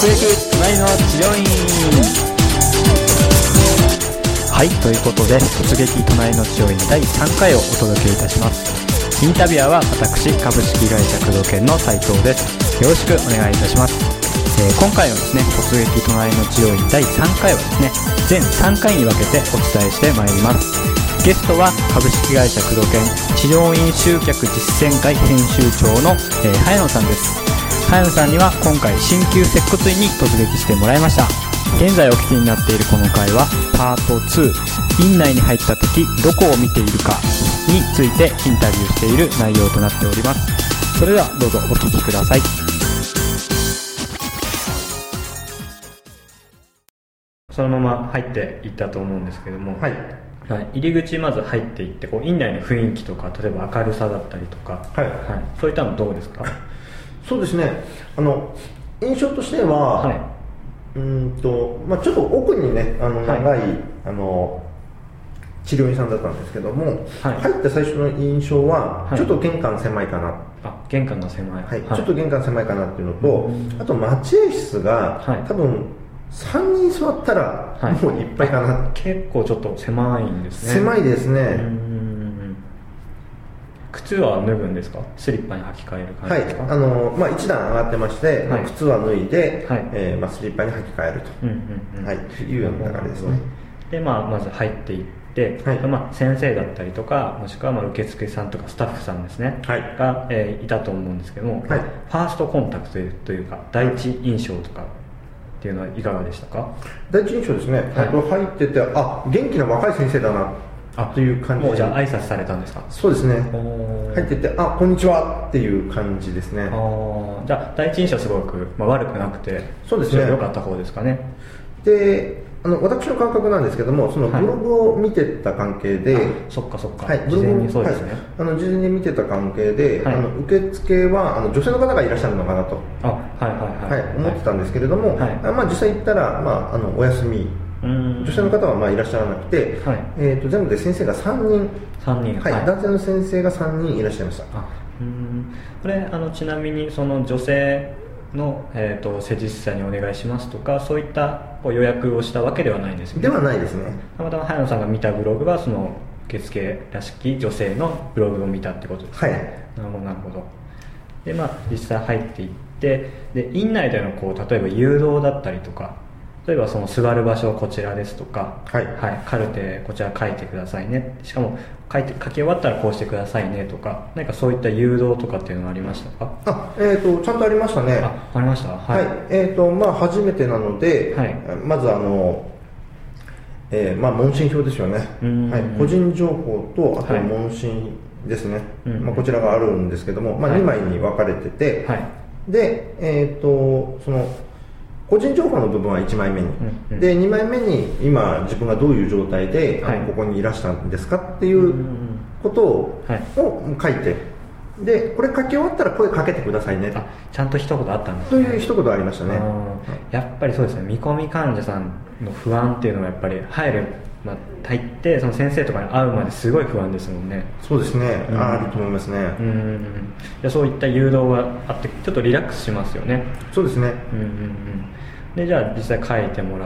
隣の治療院。はい、ということで突撃隣の治療院第3回をお届けいたします。インタビュアーは私、株式会社工藤研の斉藤です。よろしくお願いいたします。今回はですね、突撃隣の治療院第3回はですね、全3回に分けてお伝えしてまいります。ゲストは株式会社工藤研治療院集客実践会編集長の、早野さんです。早野さんには今回鍼灸接骨院に突撃してもらいました。現在お聞きになっているこの回はパート2、院内に入った時どこを見ているかについてインタビューしている内容となっております。それではどうぞお聞きください。そのまま入っていったと思うんですけども、 はい、 入り口まず入っていって院内の雰囲気とか、例えば明るさだったりとか、 はいそういったのどうですか？ そうですね、印象としては、ちょっと奥にね長い、治療院さんだったんですけども、入った最初の印象は、ちょっと玄関狭いかな、 玄関が狭い、 ちょっと玄関狭いかなっていうのと、あと待合室が、多分3人座ったらもういっぱいかな、 結構ちょっと狭いんですね。 狭いですね。 靴は脱ぐんですか？スリッパに履き替える感じですか？ 一段上がってまして、靴は脱いで、スリッパに履き替えると、いうような流れですね。 で、まず入っていって、先生だったりとか、もしくは受付さんとかスタッフさんですね、が、いたと思うんですけども、ファーストコンタクトというか第一印象とかっていうのはいかがでしたか？ 第一印象ですね、入ってて、元気な若い先生だなという感じ。 もうじゃあ挨拶されたんですか？ そうですね、入ってて、こんにちはっていう感じですね。 じゃあ第一印象はすごく、悪くなくて、 そうですね、 良かった方ですかね。 で、私の感覚なんですけども、そのブログを見てた関係で、 そっか、 事前にそうですね、 事前に見てた関係で、受付は女性の方がいらっしゃるのかなと思ってたんですけれども、実際行ったら、お休み、女性の方はいらっしゃらなくて、全部で先生が3人、男性の先生が3人いらっしゃいました。 これちなみにその女性の、施術者にお願いしますとか、そういった予約をしたわけではないですよね？ ではないですね。 たまたま早野さんが見たブログはその受付らしき女性のブログを見たってことですね。なるほど。で、実際入っていって、で院内での例えば誘導だったりとか、例えばその座る場所はこちらですとか、カルテこちら書いてくださいね、しかも書き終わったらこうしてくださいねとか、何かそういった誘導とかっていうのはありましたか？ ちゃんとありましたね。 ありました。 初めてなので、まず問診票ですよね。個人情報と、あと問診ですね。こちらがあるんですけども、2枚に分かれてて、で、その個人情報の部分は1枚目に、で2枚目に今自分がどういう状態で、ここにいらしたんですかっていうことを、書いて、でこれ書き終わったら声かけてくださいね、 ちゃんと一言あったんですね。 という一言ありましたね。 やっぱりそうですね、見込み患者さんの不安っていうのはやっぱり入ってその先生とかに会うまですごい不安ですもんね。 そうですね、あると思いますね。 そういった誘導があってちょっとリラックスしますよね。 そうですね。 で、じゃあ実際書いてもらって、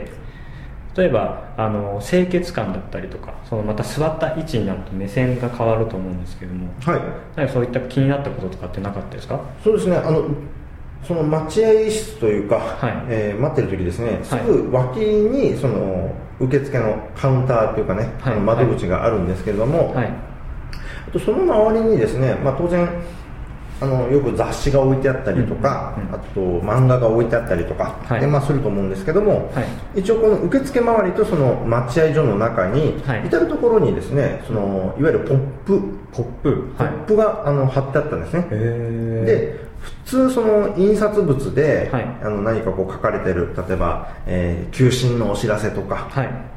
例えば清潔感だったりとか、そのまた座った位置になると目線が変わると思うんですけども、何かそういった気になったこととかってなかったですか？そうですね、 その待合室というか、待ってる時ですね、すぐ脇にその受付のカウンターというかね、窓口があるんですけれども、その周りにですね、当然よく雑誌が置いてあったりとか、あと漫画が置いてあったりとか、すると思うんですけども、一応この受付周りとその待合所の中に、至る所にですね、そのいわゆるポップが貼ってあったんですね。で、普通その印刷物で、何か書かれてる、例えば、休診のお知らせとか、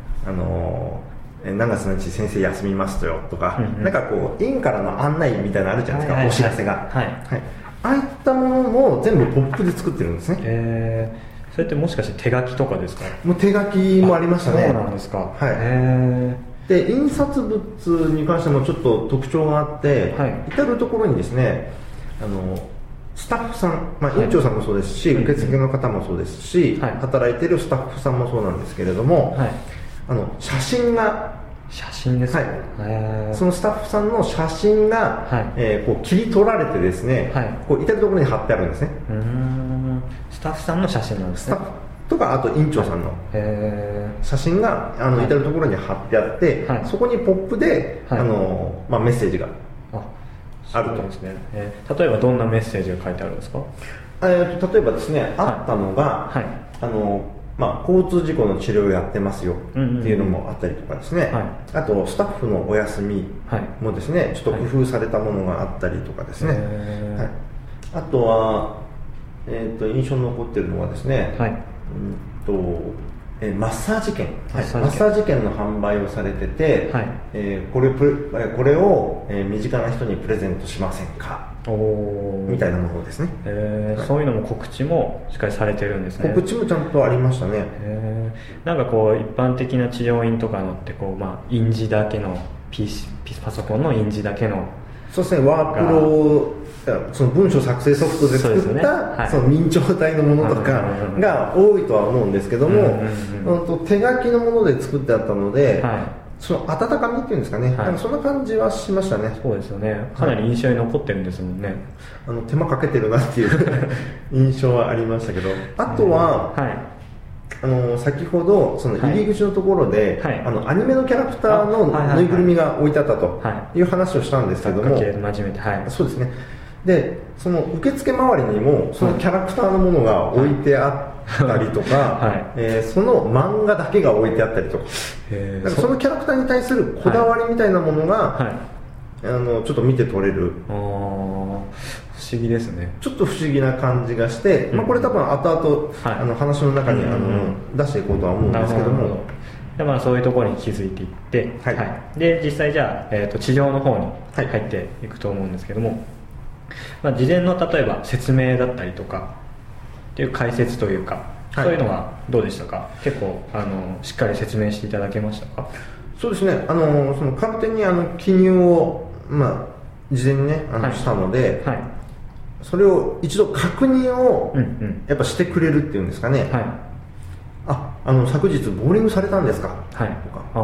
何月何日先生休みますよとか、なんか院からの案内みたいなのあるじゃないですか、お知らせが、ああいったものも全部ポップで作ってるんですね。それってもしかして手書きとかですか？もう手書きもありましたね。 そうなんですか。 で、印刷物に関してもちょっと特徴があって、至る所にですね、 スタッフさん、院長さんもそうですし、受付の方もそうですし、働いているスタッフさんもそうなんですけれども、写真ですか、そのスタッフさんの写真が、こう切り取られてですね、こう至るところに貼ってあるんですね。 スタッフさんの写真なんですね。 とか、あと院長さんの写真が至るところに貼ってあって、そこにポップで、メッセージがあるとですね。 例えばどんなメッセージが書いてあるんですか？ 例えばですね、あったのが、交通事故の治療をやってますよっていうのもあったりとかですね、あとスタッフのお休みもですね、ちょっと工夫されたものがあったりとかですね、あとは、印象に残ってるのはですね、マッサージ券、マッサージ券の販売をされてて、これを身近な人にプレゼントしませんかみたいなものですね。 そういうのも告知もしっかりされてるんですね。 告知もちゃんとありましたね。 なんかこう一般的な治療院とかのってこう、印字だけのパソコンの印字だけの、 そうですね、ワープロ、その文書作成ソフトで作ったその明朝体のものとかが多いとは思うんですけども、手書きのもので作ってあったので、その温かみっていうんですかね、そんな感じはしましたね。 そうですよね、かなり印象に残ってるんですもんね。 手間かけてるなっていう印象はありましたけど、あとは、先ほどその入り口のところで、アニメのキャラクターのぬいぐるみが置いてあったという話をしたんですけども、そうですね。でその受付周りにもそのキャラクターのものが置いてあったりとか、その漫画だけが置いてあったりとか、なんかそのキャラクターに対するこだわりみたいなものが、ちょっと見て取れる。 不思議ですね。 ちょっと不思議な感じがして、これ多分後々、話の中に出していこうとは思うんですけども、 でそういうところに気づいていって、で実際じゃあ、地上の方に入っていくと思うんですけども、事前の例えば説明だったりとかっていう解説というか、そういうのはどうでしたか？結構しっかり説明していただけましたか？ そうですね、その完全に記入を、事前にねしたので、それを一度確認をやっぱしてくれるっていうんですかね、昨日ボーリングされたんですか、とか、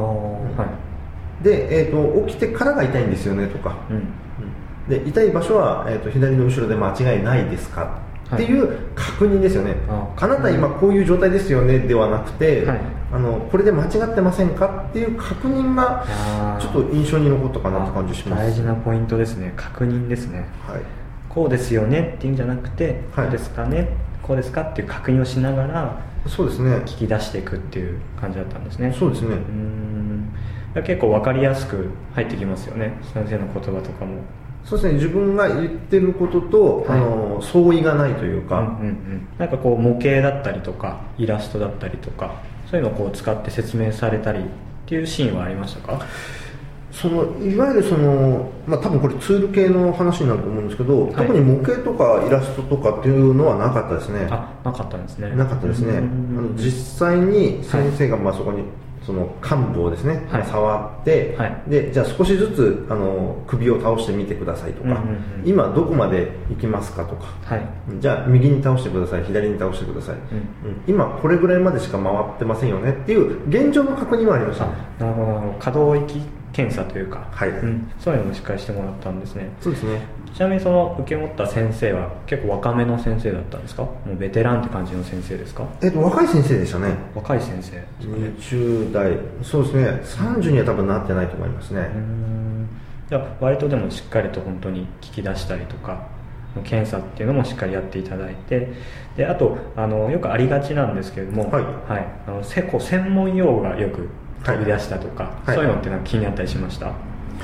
で、起きてからが痛いんですよねとか、で痛い場所は、左の後ろで間違いないですかっていう確認ですよね。あなた今こういう状態ですよねではなくて、これで間違ってませんかっていう確認がちょっと印象に残ったかなって感じします。 大事なポイントですね、確認ですね。こうですよねっていうんじゃなくて、こうですかね、こうですかっていう確認をしながら、 そうですね、 聞き出していくっていう感じだったんですね。 そうですね。 結構分かりやすく入ってきますよね、先生の言葉とかも。 そうですね、自分が言ってることと、相違がないというか、 なんかこう模型だったりとかイラストだったりとか、そういうのをこう使って説明されたりっていうシーンはありましたか？ いわゆる多分これツール系の話になると思うんですけど、特に模型とかイラストとかっていうのはなかったですね。 なかったんですね。 なかったですね。実際に先生がそこにその幹部をですね、触って、でじゃあ少しずつ首を倒してみてくださいとか、今どこまで行きますかとか、じゃあ右に倒してください、左に倒してください、今これぐらいまでしか回ってませんよねっていう現状の確認はありましたね。 なるほど、可動域検査というか、そういうのもしっかりしてもらったんですね。 そうですね。 ちなみにその受け持った先生は結構若めの先生だったんですか？もうベテランって感じの先生ですか？ 若い先生でしたね。 若い先生、 20代、そうですね、30には多分なってないと思いますね。 じゃあ割とでもしっかりと本当に聞き出したりとか検査っていうのもしっかりやっていただいて、であとよくありがちなんですけれども、専門用語がよく飛び出したとか、そういうのってなんか気になったりしました？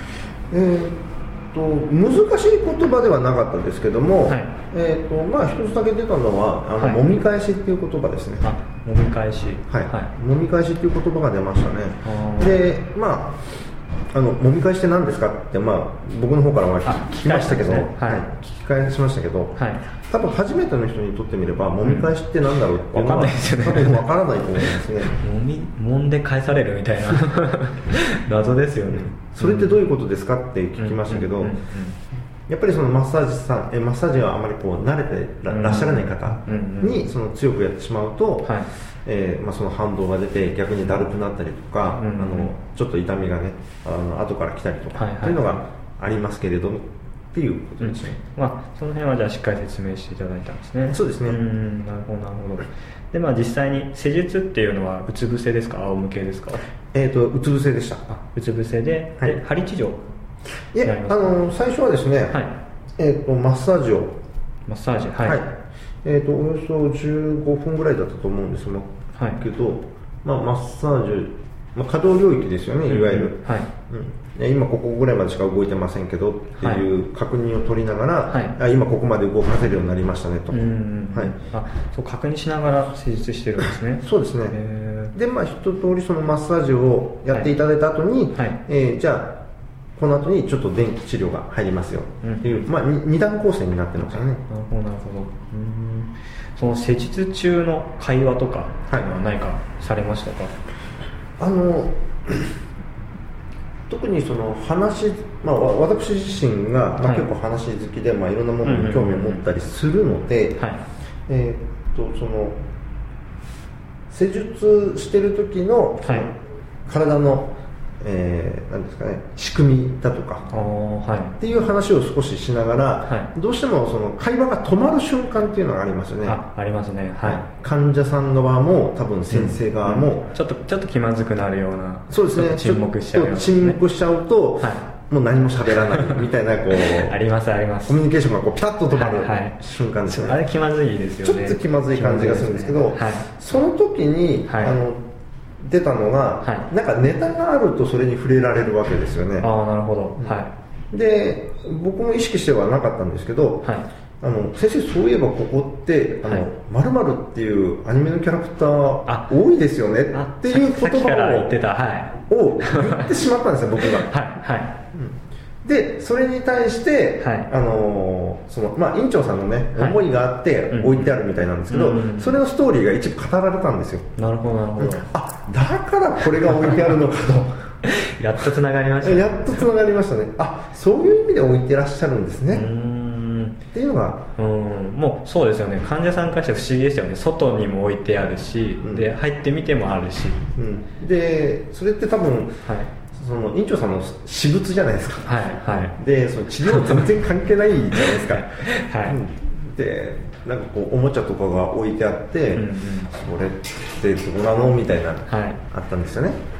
難しい言葉ではなかったですけども、一つだけ出たのは揉み返しっていう言葉ですね。 揉み返し、 揉み返しっていう言葉が出ましたね。で揉み返しって何ですかって、僕の方からは聞きましたけど、聞き返しましたけど、多分初めての人にとってみれば揉み返しって何だろうっていうのは多分分からないと思いますね。 揉んで返されるみたいな謎ですよね。 それってどういうことですかって聞きましたけど、 やっぱりそのマッサージはあまりこう慣れてらっしゃらない方にその強くやってしまうと、その反動が出て逆にだるくなったりとか、ちょっと痛みがね後から来たりとかっていうのがありますけれどもっていうことですね。 その辺はじゃあしっかり説明していただいたんですね。 そうですね。 なるほどなるほど。で実際に施術っていうのはうつ伏せですか、仰向けですか？ うつ伏せでした。 うつ伏せで、針治療。 いや、最初はですね、マッサージをマッサージ、 およそ15分ぐらいだったと思うんですけど、マッサージ、可動領域ですよね、いわゆる、今ここぐらいまでしか動いてませんけどっていう確認を取りながら、今ここまで動かせるようになりましたねと、 そう確認しながら施術してるんですね。 そうですね。で一通りそのマッサージをやっていただいた後に、じゃあこの後にちょっと電気治療が入りますよっていう、2段構成になってますよね。なるほどなるほど。その施術中の会話とかは何かされましたか？ 特にその話、私自身が、結構話好きで、いろんなものに興味を持ったりするので、その施術してる時の、体のなんですかね、仕組みだとかっていう話を少ししながら、どうしてもその会話が止まる瞬間っていうのがありますよね。 ありますね。 患者さん側も多分先生側も、 ちょっと気まずくなるような。 そうですね。 沈黙しちゃうような。 沈黙しちゃうと、もう何も喋らないみたいなこうありますあります。 コミュニケーションがこうピタッと止まる瞬間ですよね。 あれ気まずいですよね。 ちょっと気まずい感じがするんですけど、その時に出たのが、なんかネタがあるとそれに触れられるわけですよね。 なるほど。 で僕も意識してはなかったんですけど、先生そういえばここって〇〇っていうアニメのキャラクター多いですよねっていう言葉を言ってしまったんですよ僕が。でそれに対して、その院長さんのね、思いがあって置いてあるみたいなんですけど、それのストーリーが一部語られたんですよ。 なるほどなるほど。 だからこれが置いてあるのかとやっとつながりましたね。 やっとつながりましたね。そういう意味で置いてらっしゃるんですねっていうのが、 もうそうですよね。患者さんからして不思議ですよね。外にも置いてあるし、で入ってみてもあるし、 でそれって多分、その院長さんの私物じゃないですか。でその治療全然関係ないじゃないですか。でなんかこうおもちゃとかが置いてあって、それってどうなのみたいなあったんですよね。